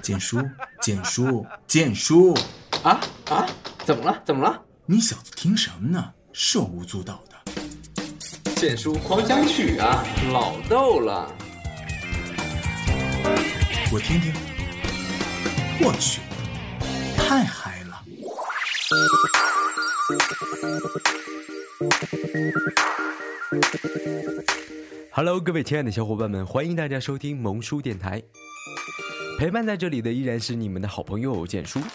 建叔，建叔，建叔！ 啊，怎么了？怎么了？ 你小子听什么呢？手舞足蹈的。 建叔狂想曲啊，老逗了。 我听听。我去，太嗨了 ！Hello， 各位亲爱的小伙伴们，欢迎大家收听萌叔电台。陪伴在这里的依然是你们的好朋友建叔。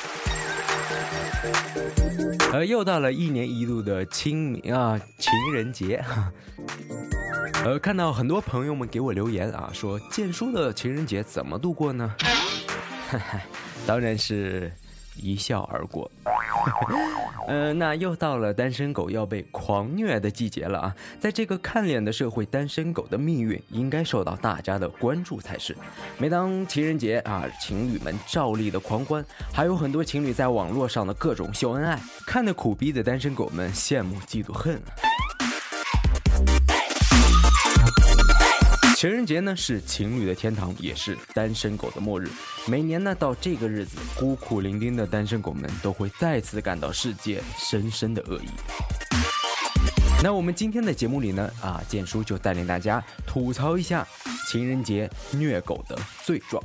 又到了一年一度的情人节。看到很多朋友们给我留言啊，说建叔的情人节怎么度过呢？当然是一笑而过。那又到了单身狗要被狂虐的季节了啊！在这个看脸的社会，单身狗的命运应该受到大家的关注才是。每当情人节啊，情侣们照例的狂欢，还有很多情侣在网络上的各种秀恩爱，看得苦逼的单身狗们羡慕嫉妒恨啊！情人节呢是情侣的天堂，也是单身狗的末日。每年呢到这个日子，孤苦伶仃的单身狗们都会再次感到世界深深的恶意。那我们今天的节目里呢，建叔就带领大家吐槽一下情人节虐狗的罪状。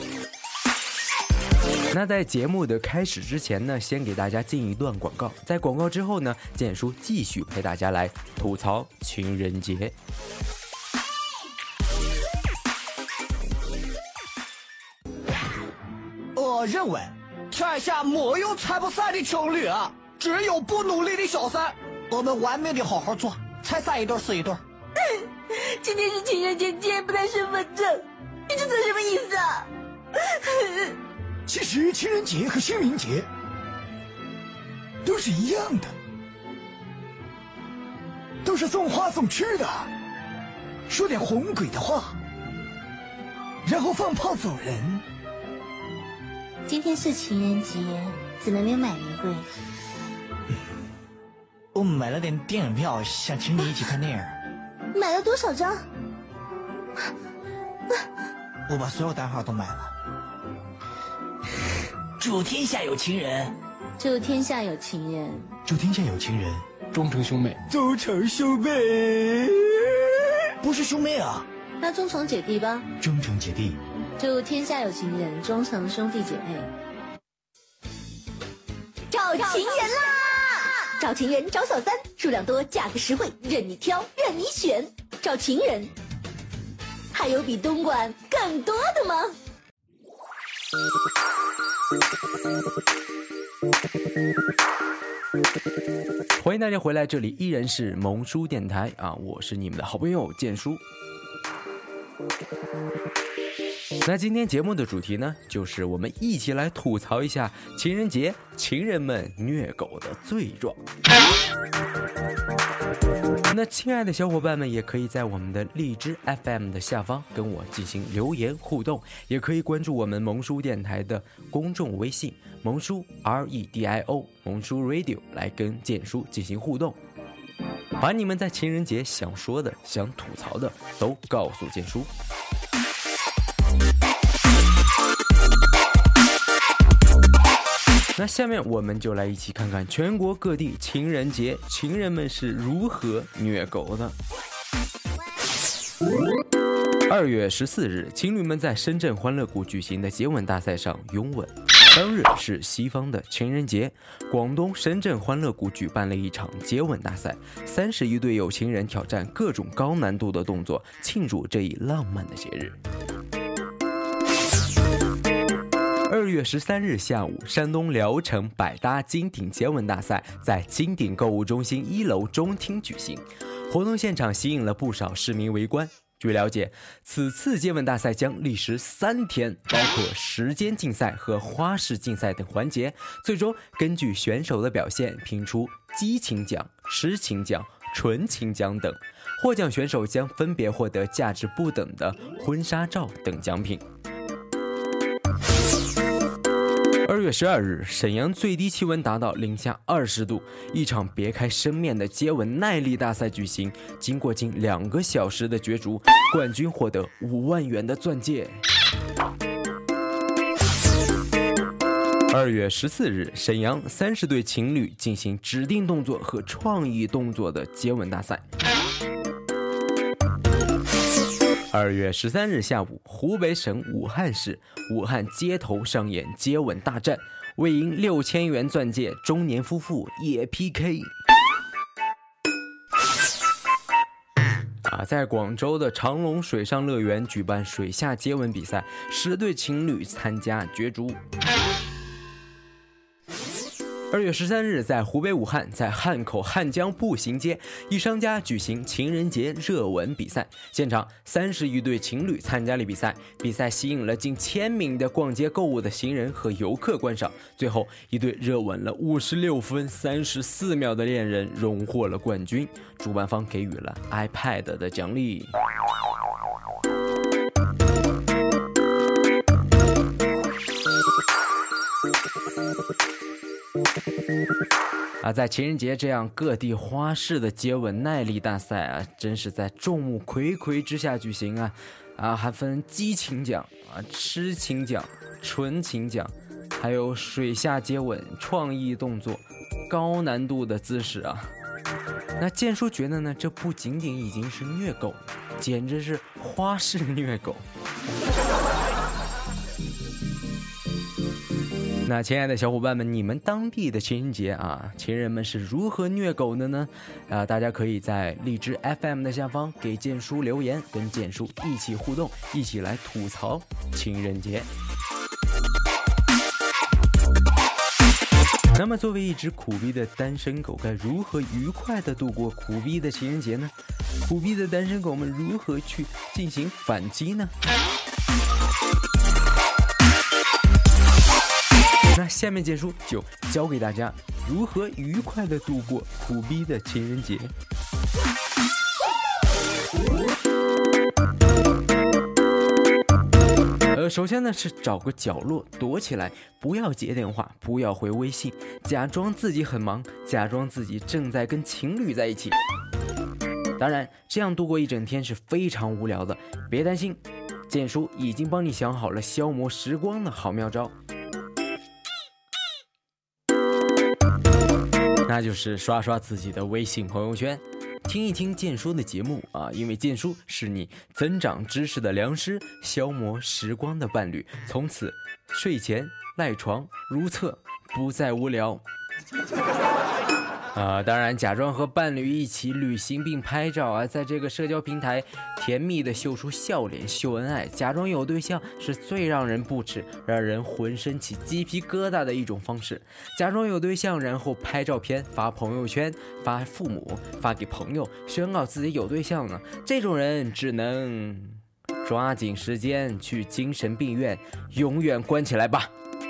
那在节目的开始之前呢，先给大家进一段广告，在广告之后呢，建叔继续陪大家来吐槽情人节。 我认为天下没有拆不散的情侣啊，只有不努力的消散。我们玩命的好好做，才散一对是一对。 今天是情人节，今天不带身份证，你这算什么意思啊？ 其实情人节和清明节都是一样的，都是送花送吃的，说点红鬼的话，然后放炮走人。 今天是情人节，怎么没有买玫瑰？ 我买了点电影票，想请你一起看电影。 买了多少张？ 我把所有单号都买了。祝天下有情人， 祝天下有情人， 祝天下有情人， 终成兄妹， 终成兄妹。不是兄妹啊， 那终成姐弟吧。 终成姐弟。 祝天下有情人，终成兄弟姐妹。找情人啦！找情人，找小三，数量多，价格实惠，任你挑，任你选。找情人，还有比东莞更多的吗？ 欢迎大家回来，这里依然是萌叔电台啊，我是你们的好朋友建叔。那今天节目的主题呢，就是我们一起来吐槽一下情人节情人们虐狗的罪状。那亲爱的小伙伴们，也可以在我们的荔枝 FM 的下方跟我进行留言互动，也可以关注我们萌叔电台的公众微信萌叔 REDIO 萌叔 Radio 来跟建叔进行互动，把你们在情人节想说的想吐槽的都告诉建叔。那下面我们就来一起看看全国各地情人节情人们是如何虐狗的。2月14日，情侣们在深圳欢乐谷举行的接吻大赛上拥吻。当日是西方的情人节，广东深圳欢乐谷举办了一场接吻大赛，31对有情人挑战各种高难度的动作，庆祝这一浪漫的节日。2月13日下午，山东聊城百搭金鼎接吻大赛在金鼎购物中心1楼中厅举行，活动现场吸引了不少市民围观。据了解，此次接吻大赛将历时3天，包括时间竞赛和花式竞赛等环节，最终根据选手的表现评出激情奖、痴情奖、纯情奖等，获奖选手将分别获得价值不等的婚纱照等奖品。2月12日，沈阳最低气温达到零下20度，一场别开生面的接吻耐力大赛举行，经过近2个小时的角逐，冠军获得5万元的钻戒。 2月14日，沈阳30对情侣进行指定动作和创意动作的接吻大赛。2月13日下午，湖北省武汉市武汉街头上演接吻大战，为赢6000元钻戒，中年夫妇也 PK。在广州的长隆水上乐园举办水下接吻比赛，10对情侣参加角逐。2月13日，在湖北武汉，在汉口汉江步行街，一商家举行情人节热吻比赛，现场30余对情侣参加了比赛，比赛吸引了近1000名的逛街购物的行人和游客观赏，最后一对热吻了56分34秒的恋人荣获了冠军，主办方给予了 iPad 的奖励。在情人节这样各地花式的接吻耐力大赛真是在众目睽睽之下举行还分激情奖痴情奖、纯情奖，还有水下接吻、创意动作、高难度的姿势那建叔觉得呢，这不仅仅已经是虐狗，简直是花式虐狗。那亲爱的小伙伴们，你们当地的情人节情人们是如何虐狗的呢？大家可以在荔枝 FM 的下方给建叔留言，跟建叔一起互动，一起来吐槽情人节。那么作为一只苦逼的单身狗，该如何愉快地度过苦逼的情人节呢？苦逼的单身狗们如何去进行反击呢？那下面建叔就教给大家如何愉快地度过苦逼的情人节。首先呢是找个角落躲起来，不要接电话，不要回微信，假装自己很忙，假装自己正在跟情侣在一起。当然，这样度过一整天是非常无聊的，别担心，建叔已经帮你想好了消磨时光的好妙招。那就是刷刷自己的微信朋友圈，听一听建叔的节目因为建叔是你增长知识的良师，消磨时光的伴侣，从此睡前赖床如厕，不再无聊。当然假装和伴侣一起旅行并拍照在这个社交平台甜蜜的秀出笑脸秀恩爱，假装有对象是最让人不耻，让人浑身起鸡皮疙瘩的一种方式。假装有对象，然后拍照片发朋友圈，发父母，发给朋友，宣告自己有对象了，这种人只能抓紧时间去精神病院永远关起来吧。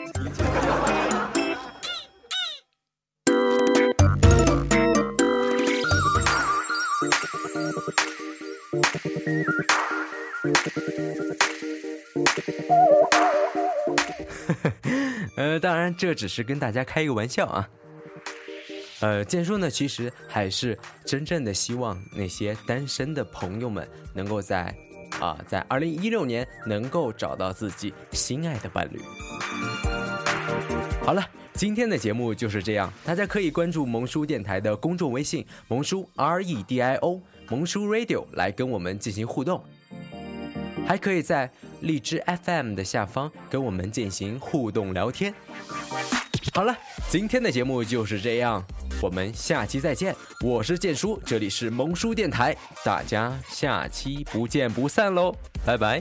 当然这只是跟大家开一个玩笑建叔呢其实还是真正的希望那些单身的朋友们能够在2016年能够找到自己心爱的伴侣。好了，今天的节目就是这样，大家可以关注萌叔电台的公众微信萌叔 REDIO 萌叔 Radio 来跟我们进行互动，还可以在荔枝 FM 的下方跟我们进行互动聊天。好了，今天的节目就是这样，我们下期再见，我是建叔，这里是萌叔电台，大家下期不见不散喽，拜拜。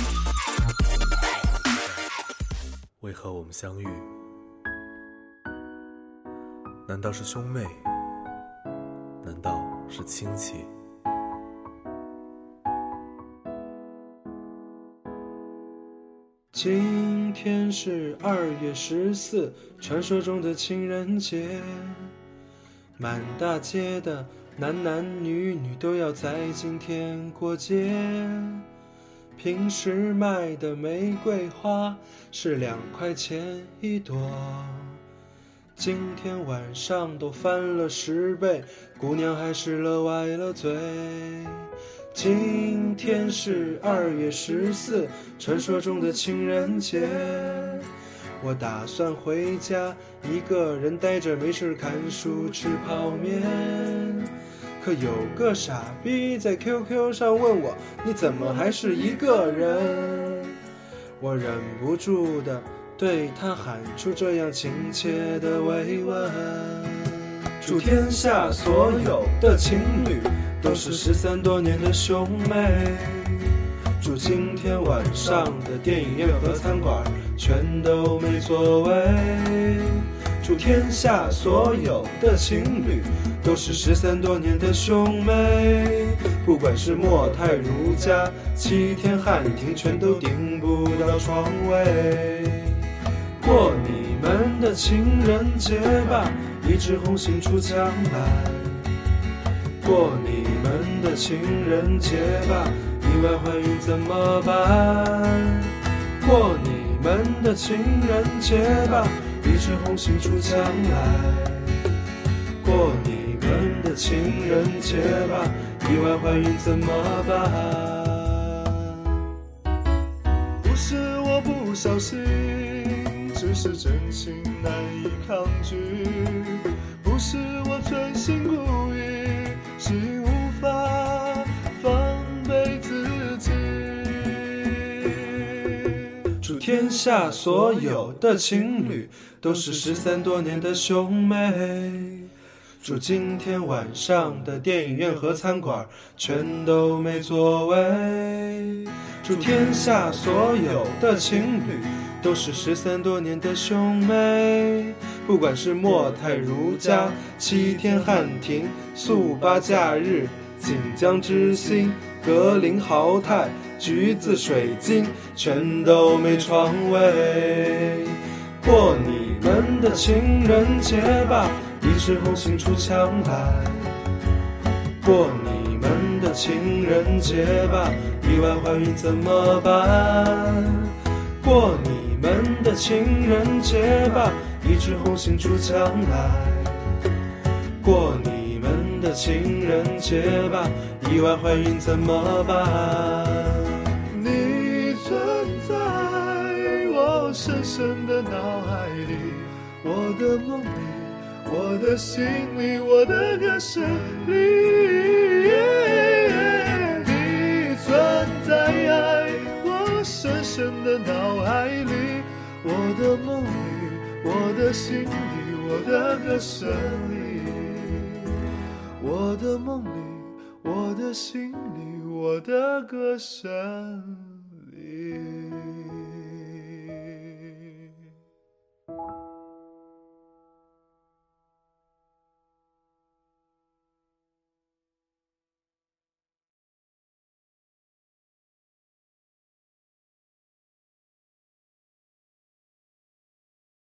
为何我们相遇？难道是兄妹？难道是亲戚？ 今天是2月14，传说中的情人节，满大街的男男女女都要在今天过节。平时卖的玫瑰花是2块钱一朵，今天晚上都翻了10倍，姑娘还是乐歪了嘴。今天是2月14，传说中的情人节， 我打算回家，一个人呆着没事看书吃泡面。可有个傻逼在 QQ 上问我，你怎么还是一个人？我忍不住的对他喊出这样亲切的慰问。祝天下所有的情侣都是13多年的兄妹，祝今天晚上的电影院和餐馆全都没座位，祝天下所有的情侣都是13多年的兄妹，不管是莫泰如家、7天汉庭，全都订不到床位。过你们的情人节吧，一枝红杏出墙来。过你们的情人节吧，意外怀孕怎么办？过你们的情人节吧，一枝红杏出墙来。过你们的情人节吧，意外怀孕怎么办？不是我不小心，只是真情难以抗拒，不是我存心故意，是因无法防备自己。祝天下所有的情侣都是13多年的兄妹，祝今天晚上的电影院和餐馆全都没座位，祝天下所有的情侣都是13多年的兄妹，不管是莫泰如家、7天汉庭、速八假日、锦江之星、格林豪泰、橘子水晶，全都没床位。过你们的情人节吧，一枝红杏出墙来。过你们的情人节吧，意外怀孕怎么办？过你们的情人节吧，一枝红杏出墙来。过你们的情人节吧，意外怀孕怎么办？你存在我深深的脑海里，我的梦里，我的心里，我的歌声里，你存在我深深的脑海里，我的梦里，我的心里，我的歌声里，我的梦里，我的心里，我的歌声